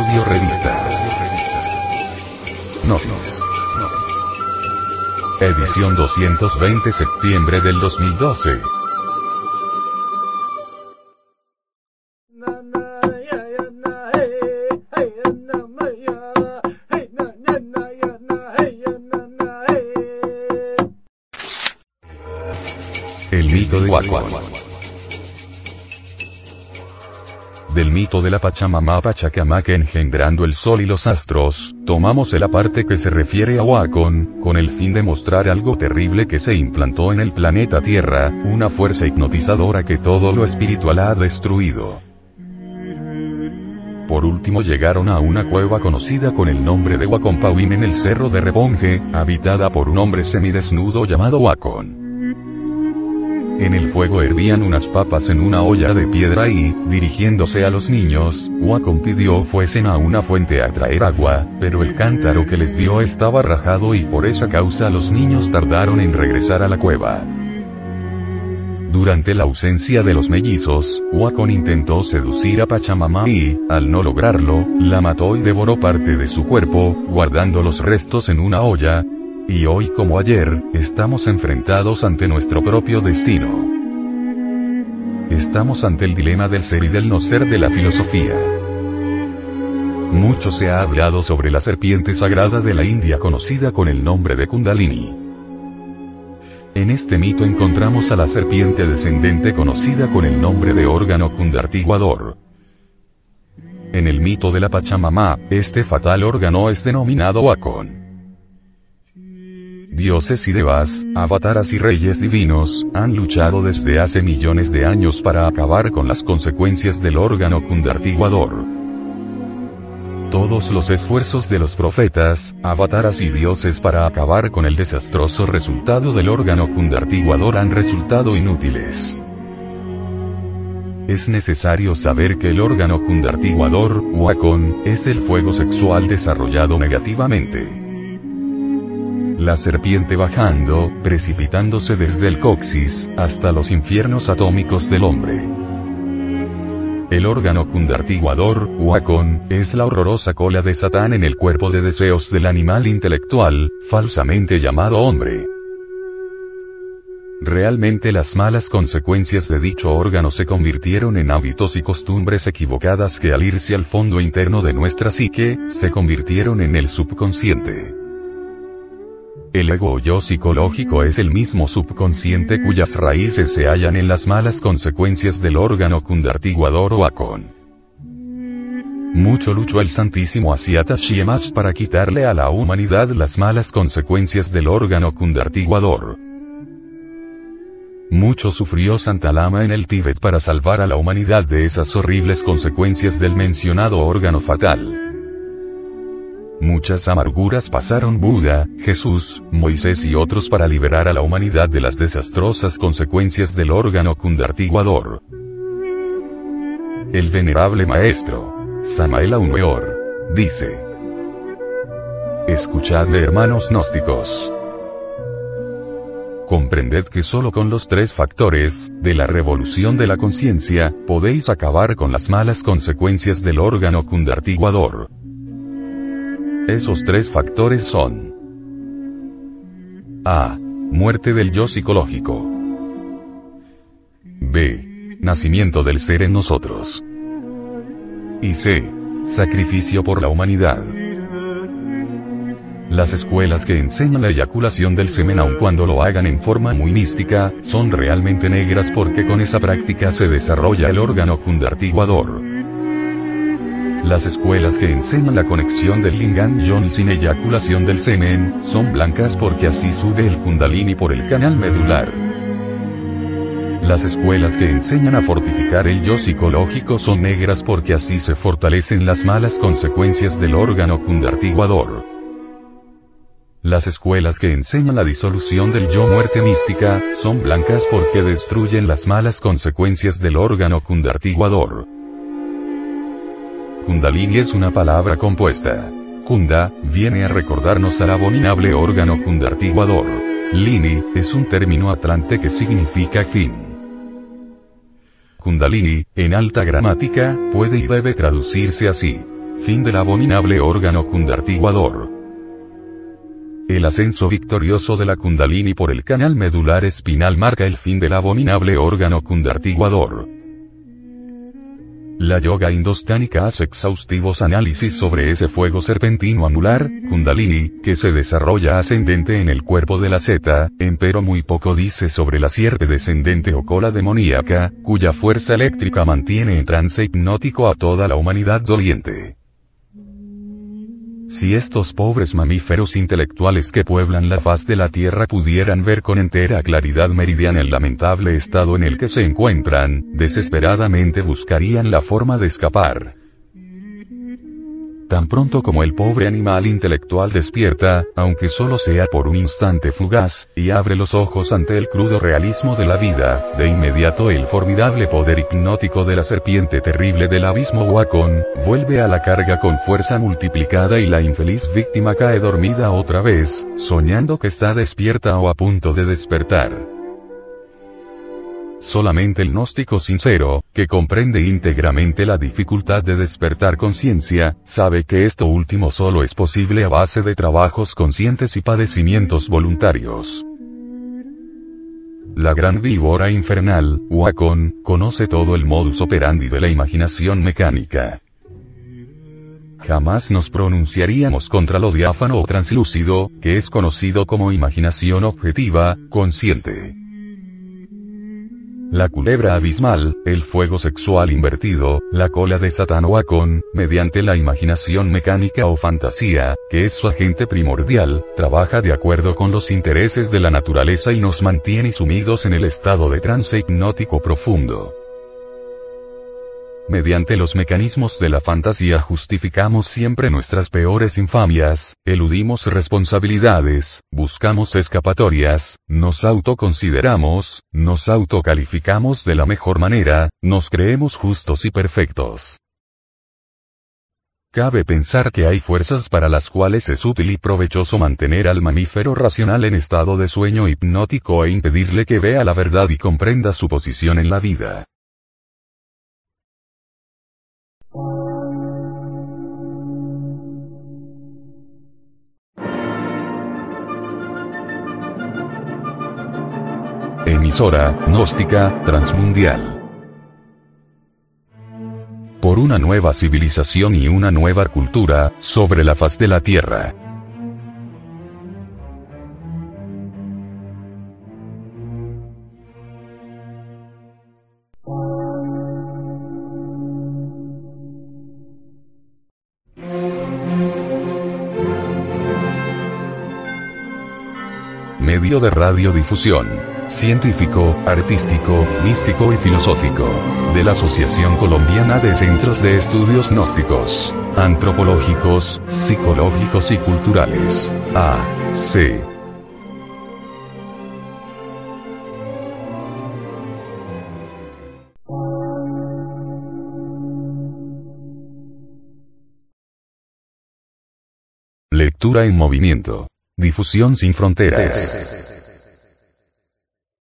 Audio Revista. Gnosis. Edición 220 septiembre del 2012. El mito de Wacom. Del mito de la Pachamama Pachacamac engendrando el sol y los astros, tomamos la parte que se refiere a Wacom, con el fin de mostrar algo terrible que se implantó en el planeta Tierra, una fuerza hipnotizadora que todo lo espiritual ha destruido. Por último llegaron a una cueva conocida con el nombre de Wacompawin en el cerro de Reponge, habitada por un hombre semidesnudo llamado Wacom. En el fuego hervían unas papas en una olla de piedra y, dirigiéndose a los niños, Wacom pidió fuesen a una fuente a traer agua, pero el cántaro que les dio estaba rajado y por esa causa los niños tardaron en regresar a la cueva. Durante la ausencia de los mellizos, Wacom intentó seducir a Pachamama y, al no lograrlo, la mató y devoró parte de su cuerpo, guardando los restos en una olla. Y hoy como ayer, estamos enfrentados ante nuestro propio destino. Estamos ante el dilema del ser y del no ser de la filosofía. Mucho se ha hablado sobre la serpiente sagrada de la India conocida con el nombre de Kundalini. En este mito encontramos a la serpiente descendente conocida con el nombre de órgano kundartiguador. En el mito de la Pachamama, este fatal órgano es denominado Wacom. Dioses y devas, avataras y reyes divinos, han luchado desde hace millones de años para acabar con las consecuencias del órgano kundartiguador. Todos los esfuerzos de los profetas, avataras y dioses para acabar con el desastroso resultado del órgano kundartiguador han resultado inútiles. Es necesario saber que el órgano kundartiguador, Wacom, es el fuego sexual desarrollado negativamente. La serpiente bajando, precipitándose desde el coxis, hasta los infiernos atómicos del hombre. El órgano kundartiguador, Wacom, es la horrorosa cola de Satán en el cuerpo de deseos del animal intelectual, falsamente llamado hombre. Realmente las malas consecuencias de dicho órgano se convirtieron en hábitos y costumbres equivocadas que al irse al fondo interno de nuestra psique, se convirtieron en el subconsciente. El ego o yo psicológico es el mismo subconsciente cuyas raíces se hallan en las malas consecuencias del órgano kundartiguador o Wacom. Mucho luchó el Santísimo Asiata Shiemach para quitarle a la humanidad las malas consecuencias del órgano kundartiguador. Mucho sufrió Santa Lama en el Tíbet para salvar a la humanidad de esas horribles consecuencias del mencionado órgano fatal. Muchas amarguras pasaron Buda, Jesús, Moisés y otros para liberar a la humanidad de las desastrosas consecuencias del órgano kundartiguador. El venerable maestro, Samael Aun Weor, dice: escuchadle, hermanos gnósticos. Comprended que solo con los tres factores, de la revolución de la conciencia, podéis acabar con las malas consecuencias del órgano kundartiguador. Esos tres factores son: A. Muerte del yo psicológico. B. Nacimiento del ser en nosotros. Y C. Sacrificio por la humanidad. Las escuelas que enseñan la eyaculación del semen aun cuando lo hagan en forma muy mística, son realmente negras porque con esa práctica se desarrolla el órgano kundartiguador. Las escuelas que enseñan la conexión del lingam yoni sin eyaculación del semen, son blancas porque así sube el kundalini por el canal medular. Las escuelas que enseñan a fortificar el yo psicológico son negras porque así se fortalecen las malas consecuencias del órgano kundartiguador. Las escuelas que enseñan la disolución del yo muerte mística, son blancas porque destruyen las malas consecuencias del órgano kundartiguador. Kundalini es una palabra compuesta. Kunda, viene a recordarnos al abominable órgano kundartiguador. Lini, es un término atlante que significa fin. Kundalini, en alta gramática, puede y debe traducirse así: Fin del abominable órgano kundartiguador. El ascenso victorioso de la Kundalini por el canal medular espinal marca el fin del abominable órgano kundartiguador. La yoga indostánica hace exhaustivos análisis sobre ese fuego serpentino anular, Kundalini, que se desarrolla ascendente en el cuerpo de la zeta, empero muy poco dice sobre la sierpe descendente o cola demoníaca, cuya fuerza eléctrica mantiene en trance hipnótico a toda la humanidad doliente. Si estos pobres mamíferos intelectuales que pueblan la faz de la Tierra pudieran ver con entera claridad meridiana el lamentable estado en el que se encuentran, desesperadamente buscarían la forma de escapar. Tan pronto como el pobre animal intelectual despierta, aunque solo sea por un instante fugaz, y abre los ojos ante el crudo realismo de la vida, de inmediato el formidable poder hipnótico de la serpiente terrible del abismo Wacom, vuelve a la carga con fuerza multiplicada y la infeliz víctima cae dormida otra vez, soñando que está despierta o a punto de despertar. Solamente el gnóstico sincero, que comprende íntegramente la dificultad de despertar conciencia, sabe que esto último solo es posible a base de trabajos conscientes y padecimientos voluntarios. La gran víbora infernal, Wacom, conoce todo el modus operandi de la imaginación mecánica. Jamás nos pronunciaríamos contra lo diáfano o translúcido, que es conocido como imaginación objetiva, consciente. La culebra abismal, el fuego sexual invertido, la cola de Satán o Wacom, mediante la imaginación mecánica o fantasía, que es su agente primordial, trabaja de acuerdo con los intereses de la naturaleza y nos mantiene sumidos en el estado de trance hipnótico profundo. Mediante los mecanismos de la fantasía justificamos siempre nuestras peores infamias, eludimos responsabilidades, buscamos escapatorias, nos autoconsideramos, nos autocalificamos de la mejor manera, nos creemos justos y perfectos. Cabe pensar que hay fuerzas para las cuales es útil y provechoso mantener al mamífero racional en estado de sueño hipnótico e impedirle que vea la verdad y comprenda su posición en la vida. Emisora gnóstica transmundial. Por una nueva civilización y una nueva cultura, sobre la faz de la Tierra. Medio de radiodifusión, científico, artístico, místico y filosófico, de la Asociación Colombiana de Centros de Estudios Gnósticos, Antropológicos, Psicológicos y Culturales, AC. Lectura en movimiento. Difusión sin fronteras.